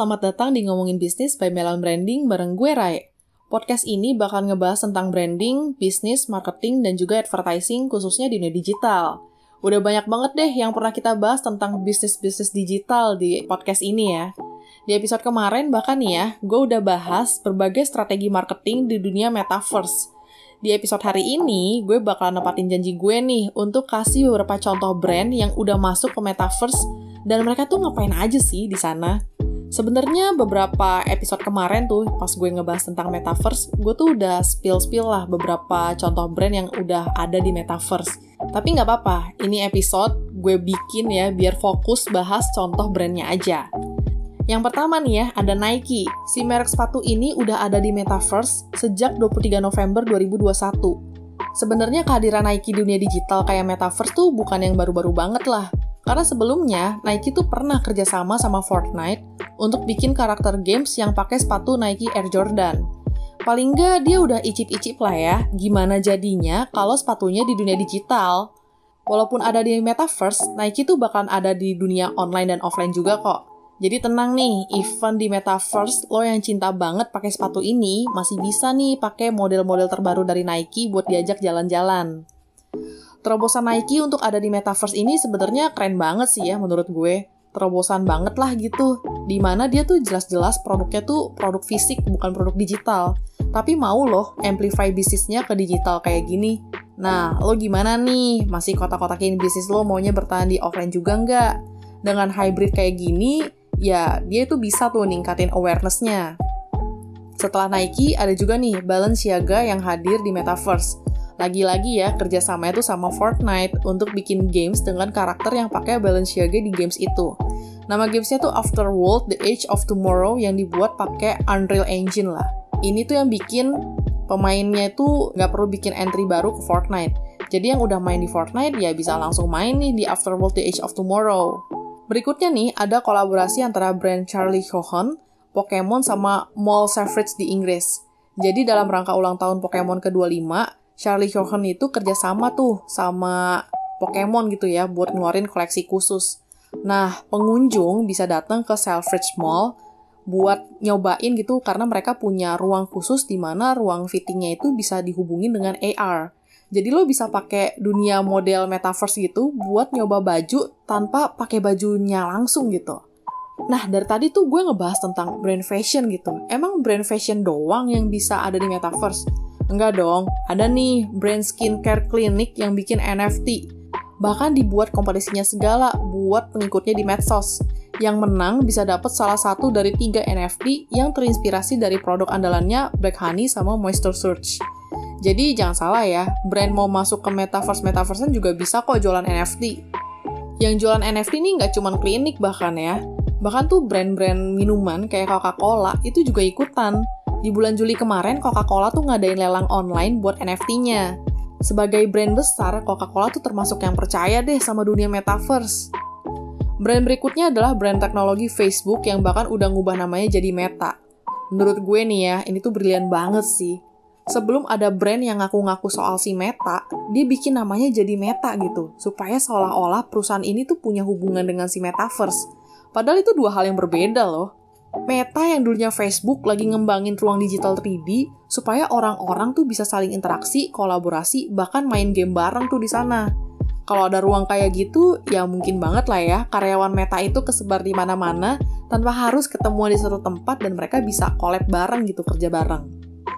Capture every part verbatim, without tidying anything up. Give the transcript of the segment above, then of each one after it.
selamat datang di Ngomongin Bisnis by Melon Branding bareng gue, Rai. Podcast ini bakal ngebahas tentang branding, bisnis, marketing, dan juga advertising khususnya di dunia digital. Udah banyak banget deh yang pernah kita bahas tentang bisnis-bisnis digital di podcast ini ya. Di episode kemarin bahkan nih ya, gue udah bahas berbagai strategi marketing di dunia metaverse. Di episode hari ini, gue bakal nepatin janji gue nih untuk kasih beberapa contoh brand yang udah masuk ke metaverse dan mereka tuh ngapain aja sih di sana. Sebenarnya beberapa episode kemarin tuh pas gue ngebahas tentang metaverse, gue tuh udah spill-spill lah beberapa contoh brand yang udah ada di metaverse. Tapi nggak apa-apa, ini episode gue bikin ya biar fokus bahas contoh brandnya aja. Yang pertama nih ya, ada Nike. Si merek sepatu ini udah ada di metaverse sejak dua puluh tiga November dua ribu dua puluh satu. Sebenarnya kehadiran Nike di dunia digital kayak metaverse tuh bukan yang baru-baru banget lah. Karena sebelumnya, Nike tuh pernah kerjasama sama Fortnite untuk bikin karakter games yang pakai sepatu Nike Air Jordan. Paling nggak dia udah icip-icip lah ya, gimana jadinya kalau sepatunya di dunia digital. Walaupun ada di metaverse, Nike tuh bakal ada di dunia online dan offline juga kok. Jadi tenang nih, even di metaverse, lo yang cinta banget pakai sepatu ini, masih bisa nih pakai model-model terbaru dari Nike buat diajak jalan-jalan. Terobosan Nike untuk ada di metaverse ini sebenarnya keren banget sih ya menurut gue. Terobosan banget lah gitu. Dimana dia tuh jelas-jelas produknya tuh produk fisik bukan produk digital. Tapi mau loh amplify bisnisnya ke digital kayak gini. Nah, lo gimana nih? Masih kotak-kotakin bisnis lo maunya bertahan di offline juga nggak? Dengan hybrid kayak gini, ya dia tuh bisa tuh ningkatin awareness-nya. Setelah Nike, ada juga nih Balenciaga yang hadir di metaverse. Lagi-lagi ya, kerjasamanya tuh sama Fortnite untuk bikin games dengan karakter yang pakai Balenciaga di games itu. Nama gamesnya tuh Afterworld, The Age of Tomorrow yang dibuat pakai Unreal Engine lah. Ini tuh yang bikin pemainnya itu nggak perlu bikin entry baru ke Fortnite. Jadi yang udah main di Fortnite ya bisa langsung main nih di Afterworld, The Age of Tomorrow. Berikutnya nih, ada kolaborasi antara brand Charlie Hogan, Pokemon sama Mall Selfridges di Inggris. Jadi dalam rangka ulang tahun Pokemon ke dua puluh lima, Charlie Hogan itu kerjasama tuh sama Pokemon gitu ya, buat ngeluarin koleksi khusus. Nah, pengunjung bisa datang ke Selfridges Mall buat nyobain gitu, karena mereka punya ruang khusus di mana ruang fittingnya itu bisa dihubungin dengan A R. Jadi lo bisa pakai dunia model metaverse gitu buat nyoba baju tanpa pakai bajunya langsung gitu. Nah, dari tadi tuh gue ngebahas tentang brand fashion gitu. Emang brand fashion doang yang bisa ada di metaverse? Enggak dong, ada nih brand skincare klinik yang bikin N F T. Bahkan dibuat kompetisinya segala buat pengikutnya di medsos. Yang menang bisa dapat salah satu dari tiga N F T yang terinspirasi dari produk andalannya Black Honey sama Moisture Surge. Jadi jangan salah ya, brand mau masuk ke metaverse-metaversean juga bisa kok jualan N F T. Yang jualan N F T ini nggak cuma klinik bahkan ya. Bahkan tuh brand-brand minuman kayak Coca-Cola itu juga ikutan. Di bulan Juli kemarin, Coca-Cola tuh ngadain lelang online buat N F T-nya. Sebagai brand besar, Coca-Cola tuh termasuk yang percaya deh sama dunia metaverse. Brand berikutnya adalah brand teknologi Facebook yang bahkan udah ngubah namanya jadi Meta. Menurut gue nih ya, ini tuh brilian banget sih. Sebelum ada brand yang ngaku-ngaku soal si Meta, dia bikin namanya jadi Meta gitu, supaya seolah-olah perusahaan ini tuh punya hubungan dengan si metaverse. Padahal itu dua hal yang berbeda loh. Meta yang dulunya Facebook lagi ngembangin ruang digital tiga D supaya orang-orang tuh bisa saling interaksi, kolaborasi, bahkan main game bareng tuh di sana. Kalau ada ruang kayak gitu, ya mungkin banget lah ya karyawan Meta itu kesebar di mana-mana tanpa harus ketemu di satu tempat dan mereka bisa collab bareng gitu, kerja bareng.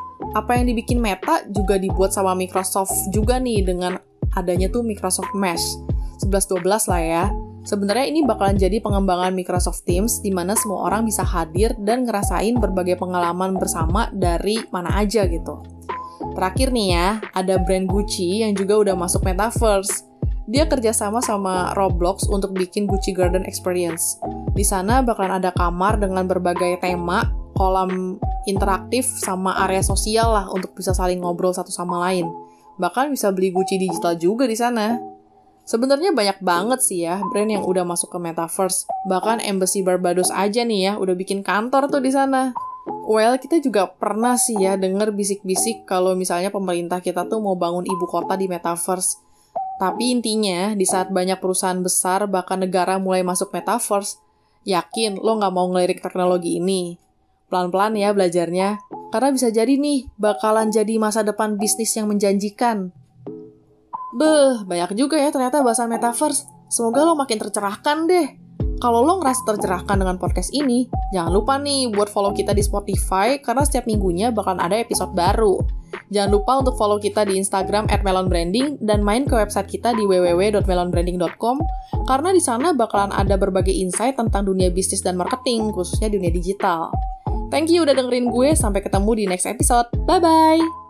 Apa yang dibikin Meta juga dibuat sama Microsoft juga nih dengan adanya tuh Microsoft Mesh. sebelas dua belas lah ya. Sebenarnya ini bakalan jadi pengembangan Microsoft Teams di mana semua orang bisa hadir dan ngerasain berbagai pengalaman bersama dari mana aja gitu. Terakhir nih ya, ada brand Gucci yang juga udah masuk metaverse. Dia kerjasama sama Roblox untuk bikin Gucci Garden Experience. Di sana bakalan ada kamar dengan berbagai tema, kolam interaktif, sama area sosial lah untuk bisa saling ngobrol satu sama lain. Bahkan bisa beli Gucci digital juga di sana. Sebenarnya banyak banget sih ya brand yang udah masuk ke metaverse. Bahkan Embassy Barbados aja nih ya udah bikin kantor tuh di sana. Well, kita juga pernah sih ya denger bisik-bisik kalau misalnya pemerintah kita tuh mau bangun ibu kota di metaverse. Tapi intinya, di saat banyak perusahaan besar bahkan negara mulai masuk metaverse, Yakin lo nggak mau ngelirik teknologi ini? Pelan-pelan ya belajarnya, karena bisa jadi nih bakalan jadi masa depan bisnis yang menjanjikan. Beh, banyak juga ya ternyata bahasan metaverse. Semoga lo makin tercerahkan deh. Kalau lo ngerasa tercerahkan dengan podcast ini, jangan lupa nih buat follow kita di Spotify karena setiap minggunya bakalan ada episode baru. Jangan lupa untuk follow kita di Instagram at melonbranding dan main ke website kita di w w w dot melonbranding dot com karena di sana bakalan ada berbagai insight tentang dunia bisnis dan marketing, khususnya dunia digital. Thank you udah dengerin gue, sampai ketemu di next episode. Bye-bye!